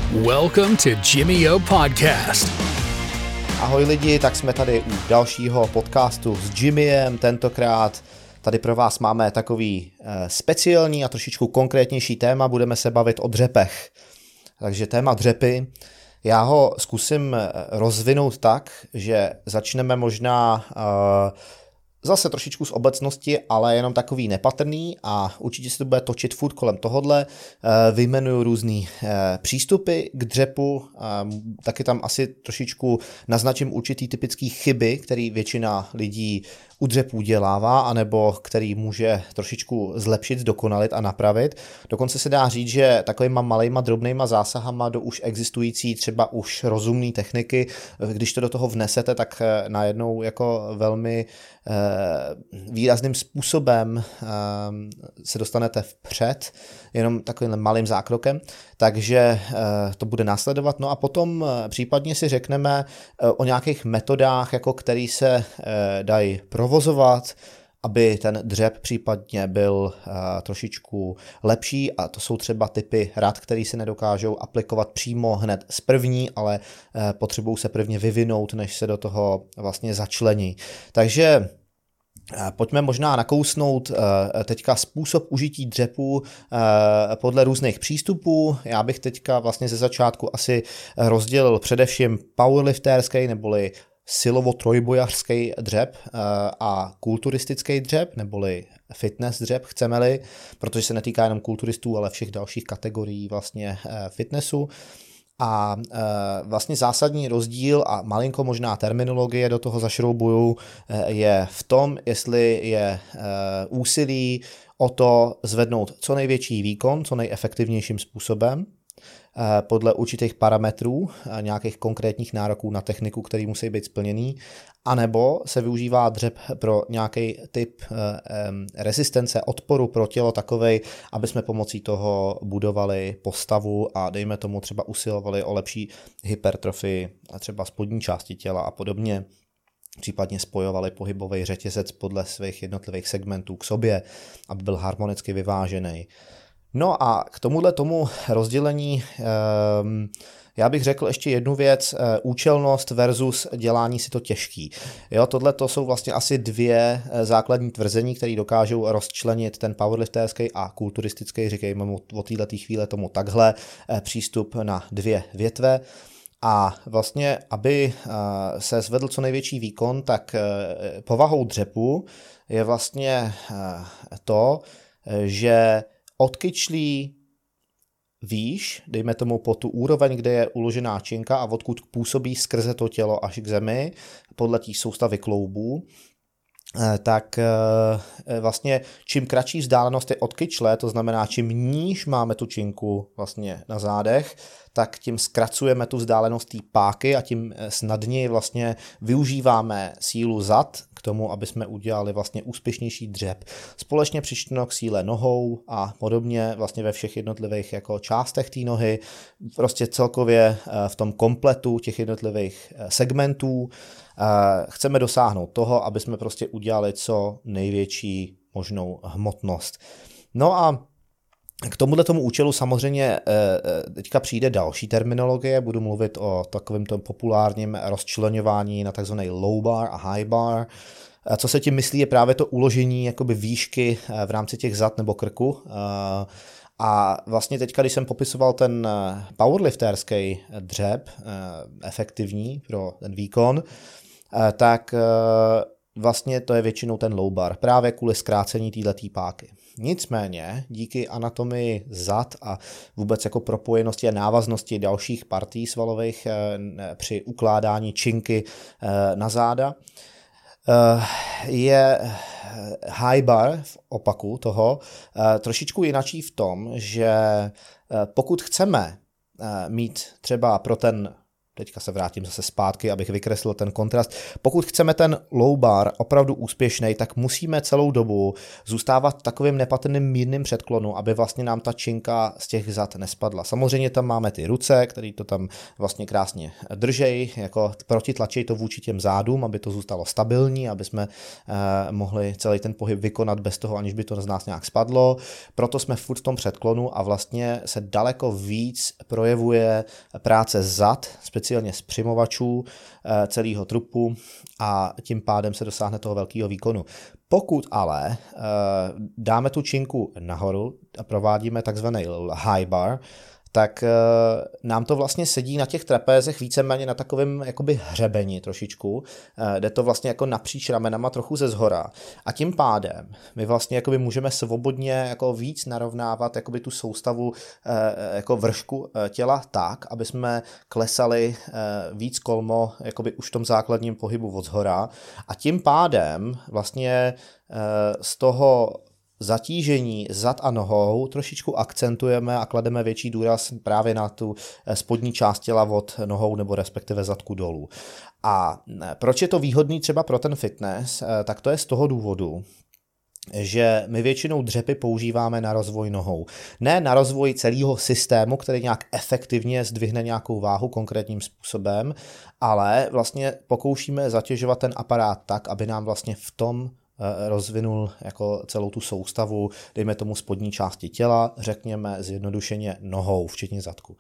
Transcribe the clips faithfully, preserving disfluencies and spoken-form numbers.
Welcome to Jimmy O Podcast. Ahoj lidi, tak jsme tady u dalšího podcastu s Jimmyem. Tentokrát tady pro vás máme takový eh, speciální a trošičku konkrétnější téma. Budeme se bavit o dřepech. Takže téma dřepy. Já ho zkusím rozvinout tak, že začneme možná uh, zase trošičku z obecnosti, ale jenom takový nepatrný a určitě se to bude točit furt kolem tohodle. Uh, vyjmenuju různý uh, přístupy k dřepu, uh, taky tam asi trošičku naznačím určitý typický chyby, který většina lidí u dřepů dělává, anebo který může trošičku zlepšit, zdokonalit a napravit. Dokonce se dá říct, že takovýma malejma, drobnejma zásahama do už existující třeba už rozumné techniky, když to do toho vnesete, tak najednou jako velmi eh, výrazným způsobem eh, se dostanete vpřed, jenom takovým malým zákrokem, takže eh, to bude následovat. No a potom eh, případně si řekneme eh, o nějakých metodách, jako který se eh, dají provozovat, aby ten dřep případně byl uh, trošičku lepší, a to jsou třeba typy rad, které se nedokážou aplikovat přímo hned z první, ale uh, potřebují se prvně vyvinout, než se do toho vlastně začlení. Takže uh, pojďme možná nakousnout uh, teďka způsob užití dřepu uh, podle různých přístupů. Já bych teďka vlastně ze začátku asi rozdělil především powerlifterský neboli silovo-trojbojařský dřep a kulturistický dřep, neboli fitness dřep, chceme-li, protože se netýká jenom kulturistů, ale všech dalších kategorií vlastně fitnessu. A vlastně zásadní rozdíl a malinko možná terminologie do toho zašroubuju je v tom, jestli je úsilí o to zvednout co největší výkon, co nejefektivnějším způsobem, podle určitých parametrů, nějakých konkrétních nároků na techniku, který musí být splněný, anebo se využívá dřep pro nějaký typ rezistence, odporu pro tělo takovej, aby jsme pomocí toho budovali postavu a dejme tomu třeba usilovali o lepší hypertrofii třeba spodní části těla a podobně. Případně spojovali pohybový řetězec podle svých jednotlivých segmentů k sobě, aby byl harmonicky vyvážený. No a k tomuhle tomu rozdělení um, já bych řekl ještě jednu věc, účelnost versus dělání si to těžký. Jo, tohle to jsou vlastně asi dvě základní tvrzení, které dokážou rozčlenit ten powerlifterský a kulturistický, říkejme mu od této chvíle tomu takhle, přístup na dvě větve. A vlastně, aby se zvedl co největší výkon, tak povahou dřepu je vlastně to, že odkyčlí výš, dejme tomu po tu úroveň, kde je uložená činka a odkud působí skrze to tělo až k zemi, podle té soustavy kloubů, tak vlastně čím kratší vzdálenost je od kyčle, to znamená čím níž máme tu činku vlastně na zádech, tak tím zkracujeme tu vzdálenost té páky a tím snadněji vlastně využíváme sílu zad k tomu, aby jsme udělali vlastně úspěšnější dřep. Společně přičteno k síle nohou a podobně vlastně ve všech jednotlivých jako částech té nohy, prostě celkově v tom kompletu těch jednotlivých segmentů chceme dosáhnout toho, aby jsme prostě udělali co největší možnou hmotnost. No a k tomuhle tomu účelu samozřejmě teďka přijde další terminologie, budu mluvit o takovém tom populárním rozčleňování na takzvaný low bar a high bar. Co se tím myslí, je právě to uložení jakoby výšky v rámci těch zad nebo krku. A vlastně teďka, když jsem popisoval ten powerlifterský dřep, efektivní pro ten výkon, tak vlastně to je většinou ten low bar, právě kvůli zkrácení této páky. Nicméně díky anatomii zad a vůbec jako propojenosti a návaznosti dalších partí svalových při ukládání činky na záda je high bar v opaku toho trošičku jinačí v tom, že pokud chceme mít třeba pro ten Teďka se vrátím zase zpátky, abych vykreslil ten kontrast. Pokud chceme ten low bar opravdu úspěšný, tak musíme celou dobu zůstávat takovým nepatrným mírným předklonu, aby vlastně nám ta činka z těch zad nespadla. Samozřejmě tam máme ty ruce, které to tam vlastně krásně držej, jako protitlačej to vůči těm zádům, aby to zůstalo stabilní, aby jsme eh, mohli celý ten pohyb vykonat bez toho, aniž by to z nás nějak spadlo. Proto jsme furt v tom předklonu a vlastně se daleko víc projevuje práce zad, speciálně z přimovačů eh, celého trupu a tím pádem se dosáhne toho velkého výkonu. Pokud ale eh, dáme tu činku nahoru a provádíme takzvaný high bar, tak e, nám to vlastně sedí na těch trapézech víceméně na takovém jakoby hřebeni trošičku, e, jde to vlastně jako napříč ramenama trochu ze zhora a tím pádem my vlastně jakoby můžeme svobodně jako víc narovnávat jakoby tu soustavu e, jako vršku e, těla tak, aby jsme klesali e, víc kolmo jakoby už v tom základním pohybu od zhora a tím pádem vlastně e, z toho zatížení zad a nohou trošičku akcentujeme a klademe větší důraz právě na tu spodní část těla od nohou nebo respektive zadku dolů. A proč je to výhodný třeba pro ten fitness? Tak to je z toho důvodu, že my většinou dřepy používáme na rozvoj nohou. Ne na rozvoj celého systému, který nějak efektivně zdvihne nějakou váhu konkrétním způsobem, ale vlastně pokoušíme zatěžovat ten aparát tak, aby nám vlastně v tom rozvinul jako celou tu soustavu, dejme tomu spodní části těla, řekněme zjednodušeně nohou, včetně zadku.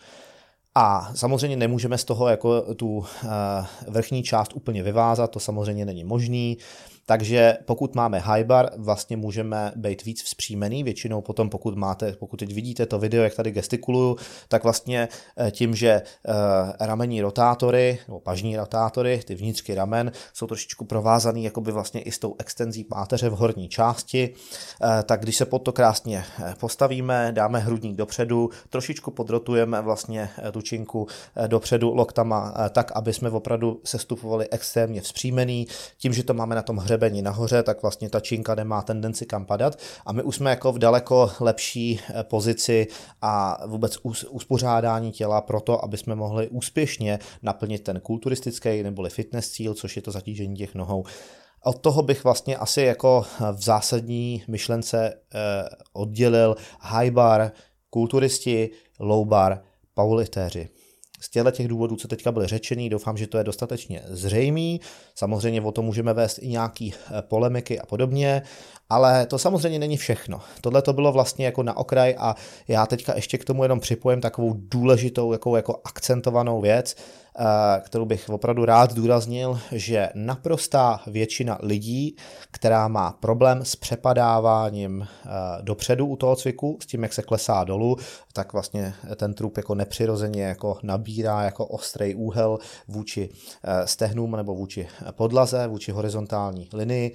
A samozřejmě nemůžeme z toho jako tu vrchní část úplně vyvázat, to samozřejmě není možný, takže pokud máme high bar, vlastně můžeme být víc vzpřímený, většinou potom pokud máte, pokud teď vidíte to video, jak tady gestikuluju, tak vlastně tím, že ramenní rotátory, nebo pažní rotátory, ty vnitřky ramen, jsou trošičku provázaný jakoby vlastně i s tou extenzí páteře v horní části, tak když se pod to krásně postavíme, dáme hrudník dopředu, trošičku podrotujeme vlastně tu činku dopředu loktama tak, aby jsme opravdu sestupovali extrémně vzpřímený, tím, že to máme na tom hřebení nahoře, tak vlastně ta činka nemá tendenci kam padat a my už jsme jako v daleko lepší pozici a vůbec uspořádání těla pro to, aby jsme mohli úspěšně naplnit ten kulturistický neboli fitness cíl, což je to zatížení těch nohou. Od toho bych vlastně asi jako v zásadní myšlence oddělil high bar, kulturisti, low bar, powerliftéři. Z těchto těch důvodů, co teďka byly řečený, doufám, že to je dostatečně zřejmý. Samozřejmě o tom můžeme vést i nějaký polemiky a podobně, ale to samozřejmě není všechno. Tohle to bylo vlastně jako na okraj a já teďka ještě k tomu jenom připojím takovou důležitou, jako, jako akcentovanou věc, kterou bych opravdu rád zdůraznil, že naprostá většina lidí, která má problém s přepadáváním dopředu u toho cviku, s tím, jak se klesá dolů, tak vlastně ten trup jako nepřirozeně jako nabírá jako ostrý úhel vůči stehnům nebo vůči podlaze, vůči horizontální linii.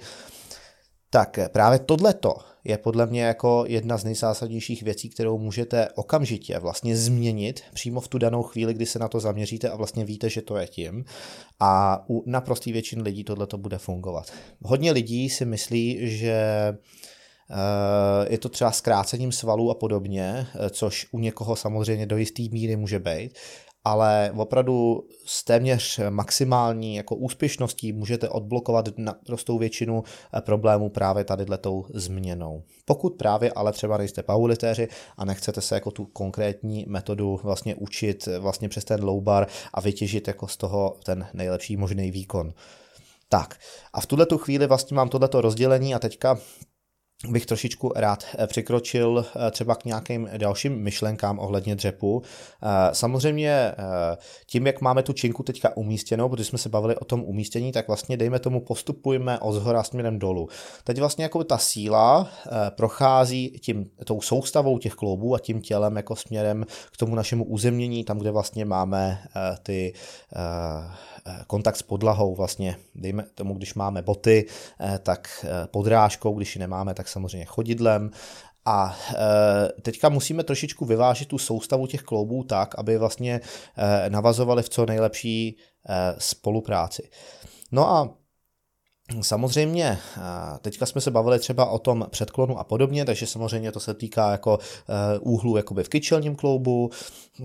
Tak právě tohleto je podle mě jako jedna z nejzásadnějších věcí, kterou můžete okamžitě vlastně změnit přímo v tu danou chvíli, kdy se na to zaměříte a vlastně víte, že to je tím. A u naprosté většiny lidí tohleto bude fungovat. Hodně lidí si myslí, že je to třeba zkrácením svalů a podobně, což u někoho samozřejmě do jisté míry může být, ale opravdu s téměř maximální jako úspěšností můžete odblokovat naprostou většinu problémů právě tadyhletou změnou. Pokud právě ale třeba nejste powerliftéři a nechcete se jako tu konkrétní metodu vlastně učit vlastně přes ten low bar a vytěžit jako z toho ten nejlepší možný výkon. Tak a v tuhletu chvíli vlastně mám tohleto rozdělení a teďka bych trošičku rád přikročil třeba k nějakým dalším myšlenkám ohledně dřepu. Samozřejmě tím, jak máme tu činku teďka umístěnou, protože jsme se bavili o tom umístění, tak vlastně dejme tomu postupujeme od zhora směrem dolů. Teď vlastně jako ta síla prochází tím, tou soustavou těch kloubů a tím tělem jako směrem k tomu našemu uzemnění, tam, kde vlastně máme ty kontakt s podlahou, vlastně dejme tomu, když máme boty, tak podrážkou, když ji nemáme, tak samozřejmě chodidlem. A teďka musíme trošičku vyvážit tu soustavu těch kloubů tak, aby vlastně navazovali v co nejlepší spolupráci. No a samozřejmě, teďka jsme se bavili třeba o tom předklonu a podobně, takže samozřejmě to se týká jako úhlu jakoby v kyčelním kloubu.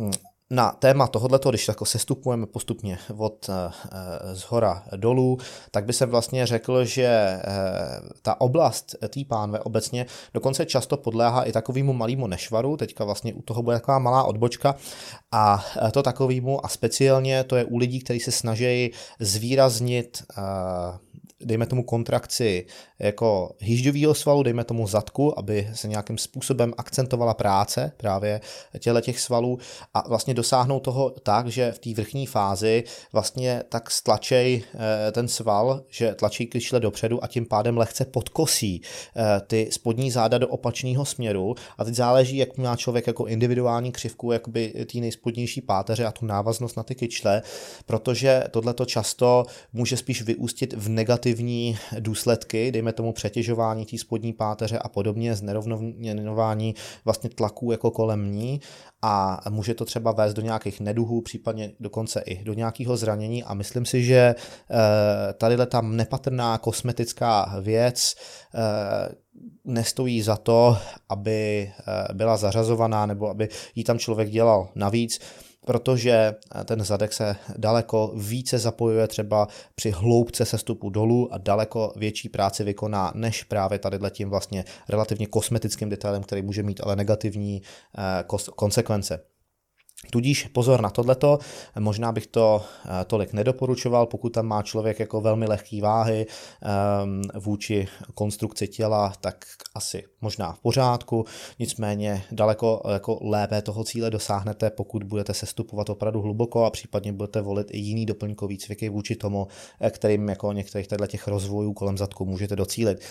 na téma tohoto, když jako sestupujeme postupně od zhora dolů, tak by se vlastně řekl, že ta oblast té pánve obecně dokonce často podléhá i takovému malému nešvaru, teďka vlastně u toho bude taková malá odbočka a to takovému a speciálně to je u lidí, kteří se snaží zvýraznit dejme tomu kontrakci jako hýžďovýho svalu, dejme tomu zadku, aby se nějakým způsobem akcentovala práce právě těle těch svalů a vlastně dosáhnou toho tak, že v té vrchní fázi vlastně tak stlačej ten sval, že tlačí kyčle dopředu a tím pádem lehce podkosí ty spodní záda do opačného směru a teď záleží, jak má člověk jako individuální křivku jakoby té nejspodnější páteře a tu návaznost na ty kyčle, protože tohleto často může spíš vyústit v negativní důsledky, dejme tomu přetěžování té spodní páteře a podobně, znerovnování vlastně tlaků jako kolem ní a může to třeba vést do nějakých neduhů, případně dokonce i do nějakého zranění a myslím si, že tadyhle tam nepatrná kosmetická věc nestojí za to, aby byla zařazovaná nebo aby ji tam člověk dělal navíc, protože ten zadek se daleko více zapojuje třeba při hloubce sestupu dolů a daleko větší práci vykoná, než právě tadyhle tím vlastně relativně kosmetickým detailem, který může mít ale negativní konsekvence. Tudíž pozor na tohleto, možná bych to tolik nedoporučoval, pokud tam má člověk jako velmi lehký váhy um, vůči konstrukci těla, tak asi možná v pořádku, nicméně daleko jako lépe toho cíle dosáhnete, pokud budete sestupovat opravdu hluboko a případně budete volit i jiný doplňkový cviky vůči tomu, kterým jako některých těch rozvojů kolem zadku můžete docílit.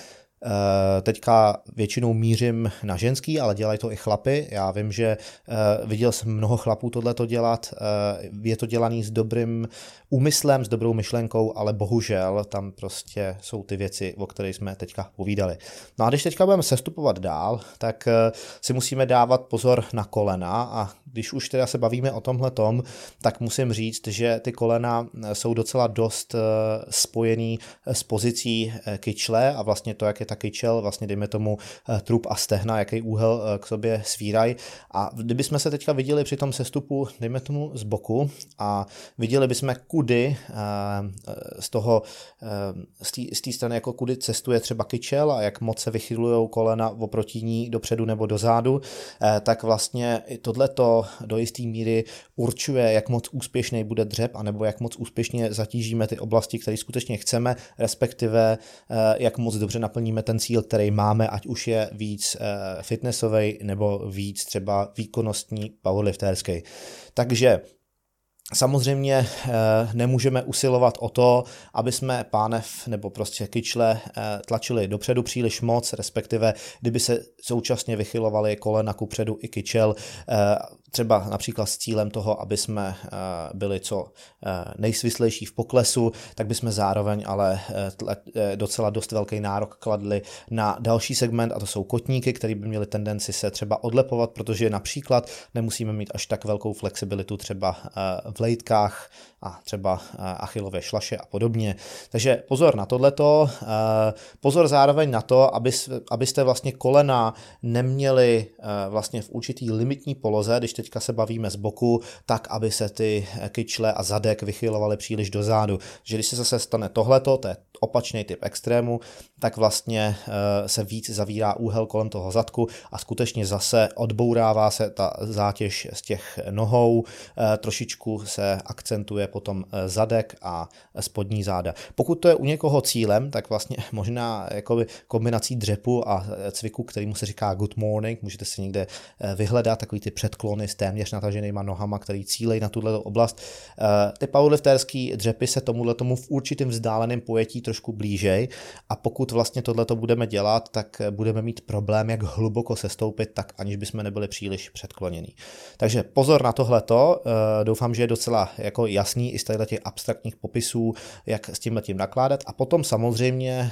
Teďka většinou mířím na ženský, ale dělají to i chlapy. Já vím, že viděl jsem mnoho chlapů tohleto dělat. Je to dělaný s dobrým úmyslem, s dobrou myšlenkou, ale bohužel tam prostě jsou ty věci, o kterých jsme teďka povídali. No a když teďka budeme sestupovat dál, tak si musíme dávat pozor na kolena a když už teda se bavíme o tomhletom, tak musím říct, že ty kolena jsou docela dost spojený s pozicí kyčle a vlastně to, jak je ta kyčel, vlastně dejme tomu trup a stehna, jaký úhel k sobě svírají. A kdybychom se teďka viděli při tom sestupu, dejme tomu z boku a viděli bychom kudy z toho, z té strany, jako kudy cestuje třeba kyčel a jak moc se vychylujou kolena oproti ní dopředu nebo dozadu, tak vlastně tohleto do jisté míry určuje, jak moc úspěšný bude dřep, anebo jak moc úspěšně zatížíme ty oblasti, které skutečně chceme, respektive jak moc dobře naplníme ten cíl, který máme, ať už je víc fitnessový nebo víc třeba výkonnostní powerlifterský. Takže samozřejmě nemůžeme usilovat o to, aby jsme pánev nebo prostě kyčle tlačili dopředu příliš moc, respektive kdyby se současně vychylovali kolena kupředu i kyčel, třeba například s cílem toho, aby jsme byli co nejsvislejší v poklesu, tak bychom zároveň ale docela dost velký nárok kladli na další segment a to jsou kotníky, které by měly tendenci se třeba odlepovat, protože například nemusíme mít až tak velkou flexibilitu třeba v lejtkách a třeba achillové šlaše a podobně. Takže pozor na tohleto, pozor zároveň na to, abyste vlastně kolena neměli vlastně v určitý limitní poloze, když teďka se bavíme z boku, tak aby se ty kyčle a zadek vychylovaly příliš dozadu. Že když se zase stane tohleto, to je opačný typ extrému, tak vlastně se víc zavírá úhel kolem toho zadku a skutečně zase odbourává se ta zátěž z těch nohou, trošičku se akcentuje potom zadek a spodní záda. Pokud to je u někoho cílem, tak vlastně možná jakoby kombinací dřepu a cviku, kterýmu se říká good morning, můžete si někde vyhledat takový ty předklony s téměř nataženýma nohama, který cílejí na tuto oblast. Ty powerlifterský dřepy se tomuhle tomu v určitém vzdáleném pojetí trošku blížej a pokud vlastně tohleto budeme dělat, tak budeme mít problém, jak hluboko sestoupit, tak aniž bychom nebyli příliš předklonění. Takže pozor na tohleto, doufám, že je docela jako jasný i z těch abstraktních popisů, jak s tímhletím nakládat a potom samozřejmě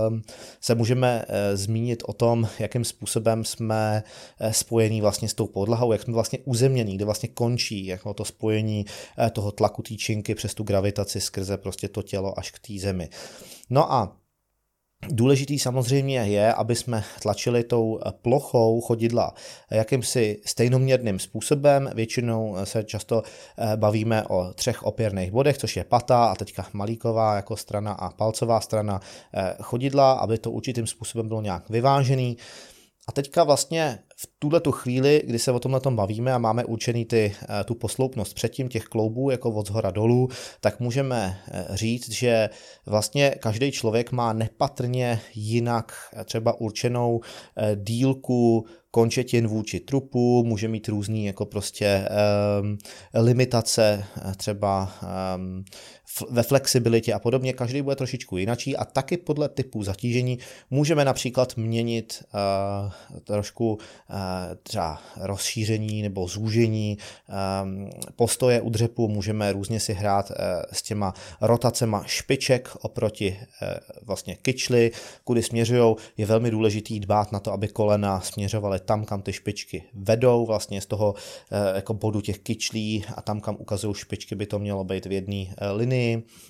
se můžeme zmínit o tom, jakým způsobem jsme spojení vlastně s tou podlahou, jak jsme vlastně uzemnění, kde vlastně končí jako to spojení toho tlaku té činky přes tu gravitaci skrze prostě to tělo až k té zemi. No a Důležitý samozřejmě je, aby jsme tlačili tou plochou chodidla jakýmsi stejnoměrným způsobem. Většinou se často bavíme o třech opěrných bodech, což je pata a teďka malíková jako strana a palcová strana chodidla, aby to určitým způsobem bylo nějak vyvážený. A teďka vlastně v tuhletu chvíli, kdy se o tomhle tom bavíme a máme určený ty, tu posloupnost předtím těch kloubů jako od zhora dolů, tak můžeme říct, že vlastně každý člověk má nepatrně jinak třeba určenou dílku končetin vůči trupu, může mít různý jako prostě um, limitace třeba um, ve flexibilitě a podobně, každý bude trošičku jinačí a taky podle typu zatížení můžeme například měnit uh, trošku uh, třeba rozšíření nebo zúžení um, postoje u dřepu, můžeme různě si hrát uh, s těma rotacema špiček oproti uh, vlastně kyčli, kudy směřujou. Je velmi důležitý dbát na to, aby kolena směřovaly tam, kam ty špičky vedou, vlastně z toho uh, jako bodu těch kyčlí a tam, kam ukazují špičky, by to mělo být v jedné uh, linii.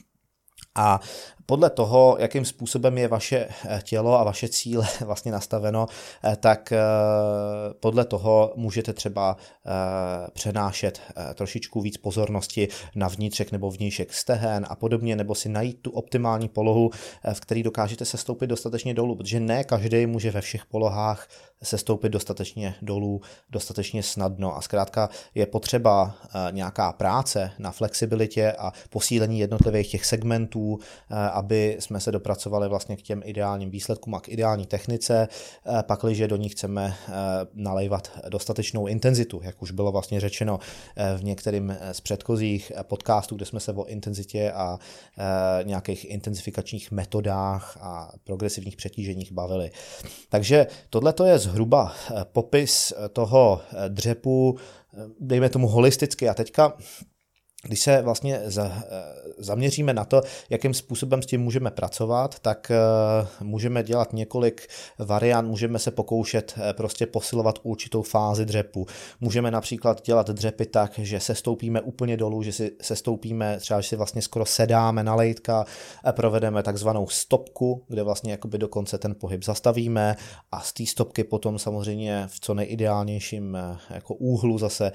A podle toho, jakým způsobem je vaše tělo a vaše cíle vlastně nastaveno, tak podle toho můžete třeba přenášet trošičku víc pozornosti na vnitřek nebo vnějšek stehen a podobně, nebo si najít tu optimální polohu, v který dokážete se stoupit dostatečně dolů, protože ne každý může ve všech polohách se stoupit dostatečně dolů, dostatečně snadno a zkrátka je potřeba nějaká práce na flexibilitě a posílení jednotlivých těch segmentů, aby jsme se dopracovali vlastně k těm ideálním výsledkům a k ideální technice, pakliže do ní chceme nalejvat dostatečnou intenzitu, jak už bylo vlastně řečeno v některým z předchozích podcastů, kde jsme se o intenzitě a nějakých intenzifikačních metodách a progresivních přetíženích bavili. Takže tohle to je zhruba popis toho dřepu, dejme tomu holisticky a teďka když se vlastně zaměříme na to, jakým způsobem s tím můžeme pracovat, tak můžeme dělat několik variant, můžeme se pokoušet prostě posilovat určitou fázi dřepu. Můžeme například dělat dřepy tak, že se stoupíme úplně dolů, že si se stoupíme, třeba že si vlastně skoro sedáme na lejtka, provedeme takzvanou stopku, kde vlastně jakoby dokonce ten pohyb zastavíme a z té stopky potom samozřejmě v co nejideálnějším jako úhlu zase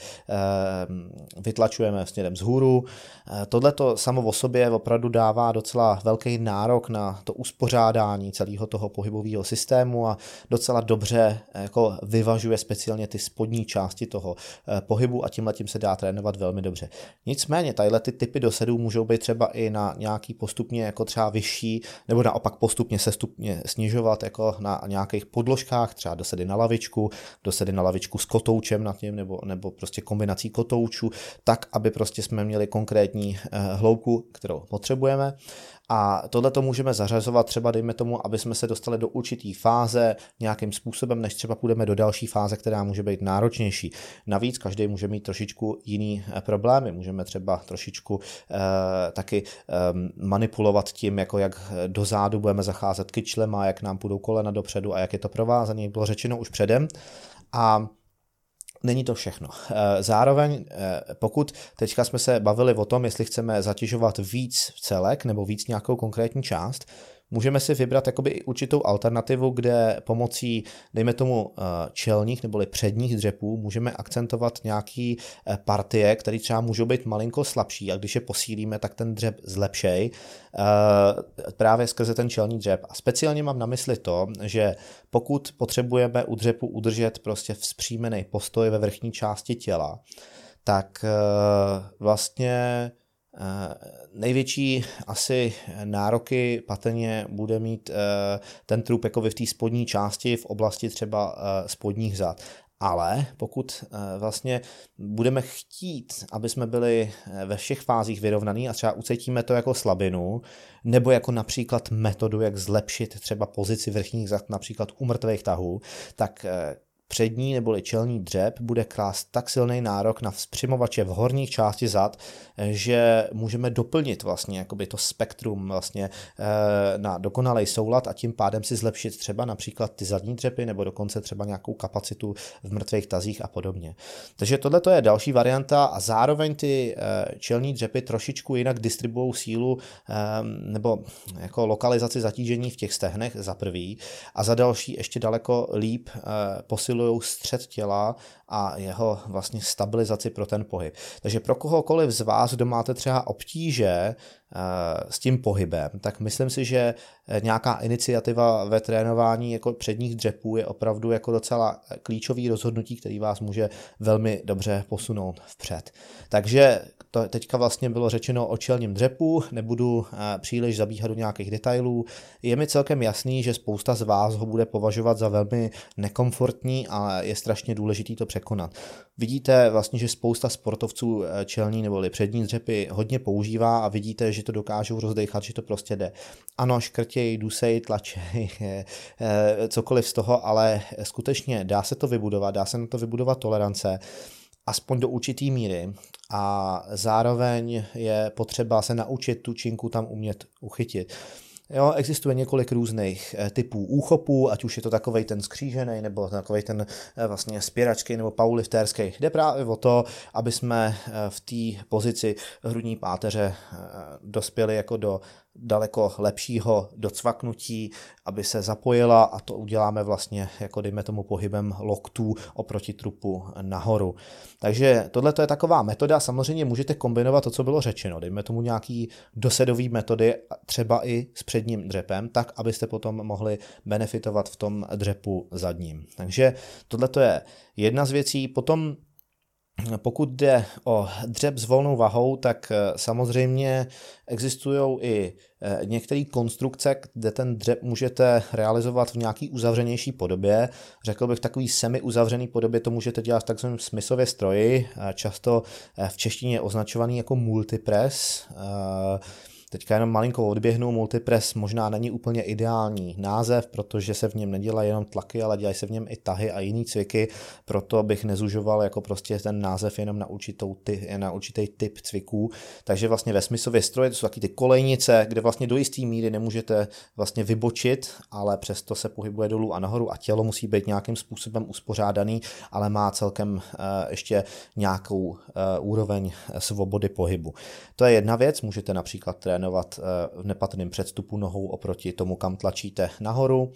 vytlačujeme směrem vzhůru. Tohle to samo o sobě opravdu dává docela velký nárok na to uspořádání celého toho pohybového systému a docela dobře jako vyvažuje speciálně ty spodní části toho pohybu a tímhletím se dá trénovat velmi dobře. Nicméně tadyhle ty typy dosedů můžou být třeba i na nějaký postupně jako třeba vyšší nebo naopak postupně se stupně snižovat jako na nějakých podložkách, třeba dosedy na lavičku, dosedy na lavičku s kotoučem nad tím nebo, nebo prostě kombinací kotoučů, tak, aby prostě jsme měli konkrétní hloubku, kterou potřebujeme. A tohle to můžeme zařazovat třeba, dejme tomu, aby jsme se dostali do určitý fáze nějakým způsobem, než třeba půjdeme do další fáze, která může být náročnější. Navíc každý může mít trošičku jiný problémy. Můžeme třeba trošičku eh, taky eh, manipulovat tím, jako jak dozadu budeme zacházet kyčlema, jak nám půjdou kolena dopředu a jak je to provázané, jak bylo řečeno už předem. A není to všechno. Zároveň, pokud teďka jsme se bavili o tom, jestli chceme zatěžovat víc celek nebo víc nějakou konkrétní část, můžeme si vybrat jakoby i určitou alternativu, kde pomocí, dejme tomu, čelních neboli předních dřepů můžeme akcentovat nějaký partie, které třeba můžou být malinko slabší a když je posílíme, tak ten dřep zlepšej právě skrze ten čelní dřep. A speciálně mám na mysli to, že pokud potřebujeme u dřepu udržet prostě vzpřímený postoj ve vrchní části těla, tak vlastně největší asi nároky patrně bude mít ten trup jako v té spodní části v oblasti třeba spodních zad. Ale pokud vlastně budeme chtít, aby jsme byli ve všech fázích vyrovnaný a třeba ucítíme to jako slabinu, nebo jako například metodu, jak zlepšit třeba pozici vrchních zad, například u mrtvých tahů, tak přední neboli čelní dřep bude klást tak silný nárok na vzpřimovače v horní části zad, že můžeme doplnit vlastně jakoby to spektrum vlastně na dokonalý soulad a tím pádem si zlepšit třeba například ty zadní dřepy nebo dokonce třeba nějakou kapacitu v mrtvých tazích a podobně. Takže tohle je další varianta a zároveň ty čelní dřepy trošičku jinak distribuují sílu nebo jako lokalizaci zatížení v těch stehnech za prvý a za další ještě daleko líp posilují střed těla a jeho vlastně stabilizaci pro ten pohyb. Takže pro kohokoliv z vás, kdo máte třeba obtíže s tím pohybem, tak myslím si, že nějaká iniciativa ve trénování jako předních dřepů je opravdu jako docela klíčový rozhodnutí, který vás může velmi dobře posunout vpřed. Takže to teďka vlastně bylo řečeno o čelním dřepu, nebudu příliš zabíhat do nějakých detailů. Je mi celkem jasný, že spousta z vás ho bude považovat za velmi nekomfortní, ale je strašně důležitý to překonat. Vidíte vlastně, že spousta sportovců čelní neboli přední dřepy hodně používá a vidíte, že to dokážou rozdechat, že to prostě jde. Ano, škrtěj, dusej, tlačej, cokoliv z toho, ale skutečně dá se to vybudovat, dá se na to vybudovat tolerance, aspoň do určitý míry a zároveň je potřeba se naučit tu činku tam umět uchytit. Jo, existuje několik různých typů úchopů, ať už je to takovej ten skřížený, nebo takovej ten vlastně spěračský nebo powerlifterský. Jde právě o to, aby jsme v té pozici hrudní páteře dospěli jako do daleko lepšího docvaknutí, aby se zapojila a to uděláme vlastně jako dejme tomu pohybem loktů oproti trupu nahoru. Takže tohle je taková metoda, samozřejmě můžete kombinovat to, co bylo řečeno, dejme tomu nějaký dosedový metody, třeba i s předním dřepem, tak, abyste potom mohli benefitovat v tom dřepu zadním. Takže tohle je jedna z věcí. Potom pokud jde o dřep s volnou vahou, tak samozřejmě existují i některé konstrukce, kde ten dřep můžete realizovat v nějaký uzavřenější podobě. Řekl bych v takový semi-uzavřený podobě to můžete dělat v takzvaném Smithově stroji, často v češtině označovaný jako multipress. Teďka jenom malinko odběhnu, multipress možná není úplně ideální název, protože se v něm nedělají jenom tlaky, ale dělají se v něm i tahy a jiný cviky, proto bych nezužoval jako prostě ten název jenom na, určitou ty, na určitý typ cviků. Takže vlastně ve Smithově stroji to jsou taky ty kolejnice, kde vlastně do jisté míry nemůžete vlastně vybočit, ale přesto se pohybuje dolů a nahoru a tělo musí být nějakým způsobem uspořádaný, ale má celkem uh, ještě nějakou uh, úroveň svobody pohybu. To je jedna věc, můžete například trénovat v nepatrném předstupu nohou oproti tomu, kam tlačíte nahoru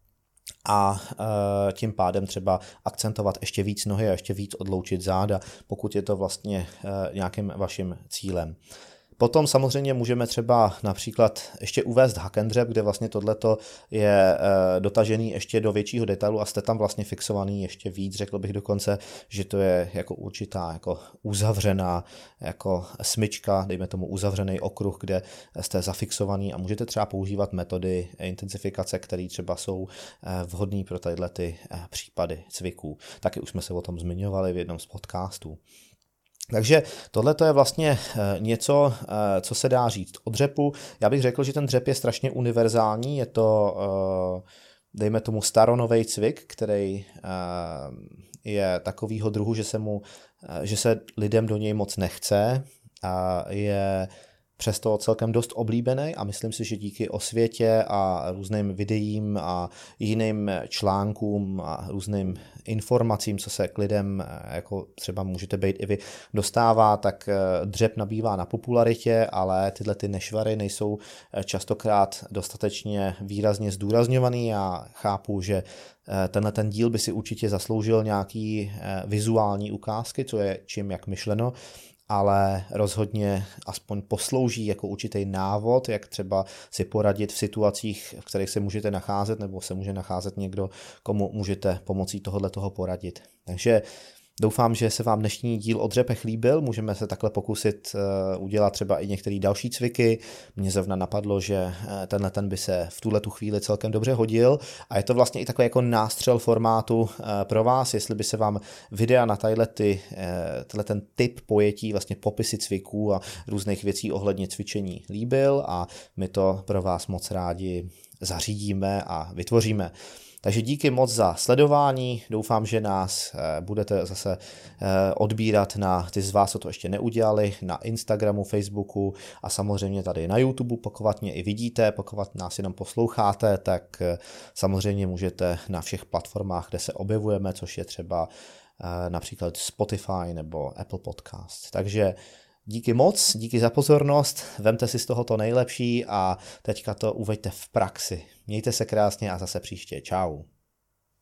a tím pádem třeba akcentovat ještě víc nohy a ještě víc odloučit záda, pokud je to vlastně nějakým vaším cílem. Potom samozřejmě můžeme třeba například ještě uvést hack and dřep, kde vlastně tohleto je dotažený ještě do většího detailu a jste tam vlastně fixovaný ještě víc, řekl bych dokonce, že to je jako určitá jako uzavřená jako smyčka, dejme tomu uzavřený okruh, kde jste zafixovaný a můžete třeba používat metody intenzifikace, které třeba jsou vhodné pro tadyhle ty případy cviků. Taky už jsme se o tom zmiňovali v jednom z podcastů. Takže tohle je vlastně něco, co se dá říct o dřepu. Já bych řekl, že ten dřep je strašně univerzální, je to, dejme tomu, staronový cvik, který je takovýho druhu, že se, mu, že se lidem do něj moc nechce a je přesto celkem dost oblíbený a myslím si, že díky osvětě a různým videím a jiným článkům a různým informacím, co se k lidem, jako třeba můžete být i vy, dostává, tak dřep nabývá na popularitě, ale tyhle ty nešvary nejsou častokrát dostatečně výrazně zdůrazňovaný. Já chápu, že tenhle ten díl by si určitě zasloužil nějaký vizuální ukázky, co je čím jak myšleno, ale rozhodně aspoň poslouží jako určitý návod, jak třeba si poradit v situacích, v kterých se můžete nacházet, nebo se může nacházet někdo, komu můžete pomocí tohohle toho poradit. Takže doufám, že se vám dnešní díl o dřepech líbil, můžeme se takhle pokusit udělat třeba i některé další cviky. Mně zrovna napadlo, že tenhle ten by se v tuhle tu chvíli celkem dobře hodil a je to vlastně i takový jako nástřel formátu pro vás, jestli by se vám videa na tadyhle ty, tenhle ten typ pojetí, vlastně popisy cviků a různých věcí ohledně cvičení líbil a my to pro vás moc rádi zařídíme a vytvoříme. Takže díky moc za sledování, doufám, že nás budete zase odbírat na ty z vás, co to ještě neudělali, na Instagramu, Facebooku a samozřejmě tady na YouTube, pokud mě i vidíte, pokud nás jenom posloucháte, tak samozřejmě můžete na všech platformách, kde se objevujeme, což je třeba například Spotify nebo Apple Podcast. Takže díky moc, díky za pozornost, vemte si z toho to nejlepší a teďka to uveďte v praxi. Mějte se krásně a zase příště. Čau.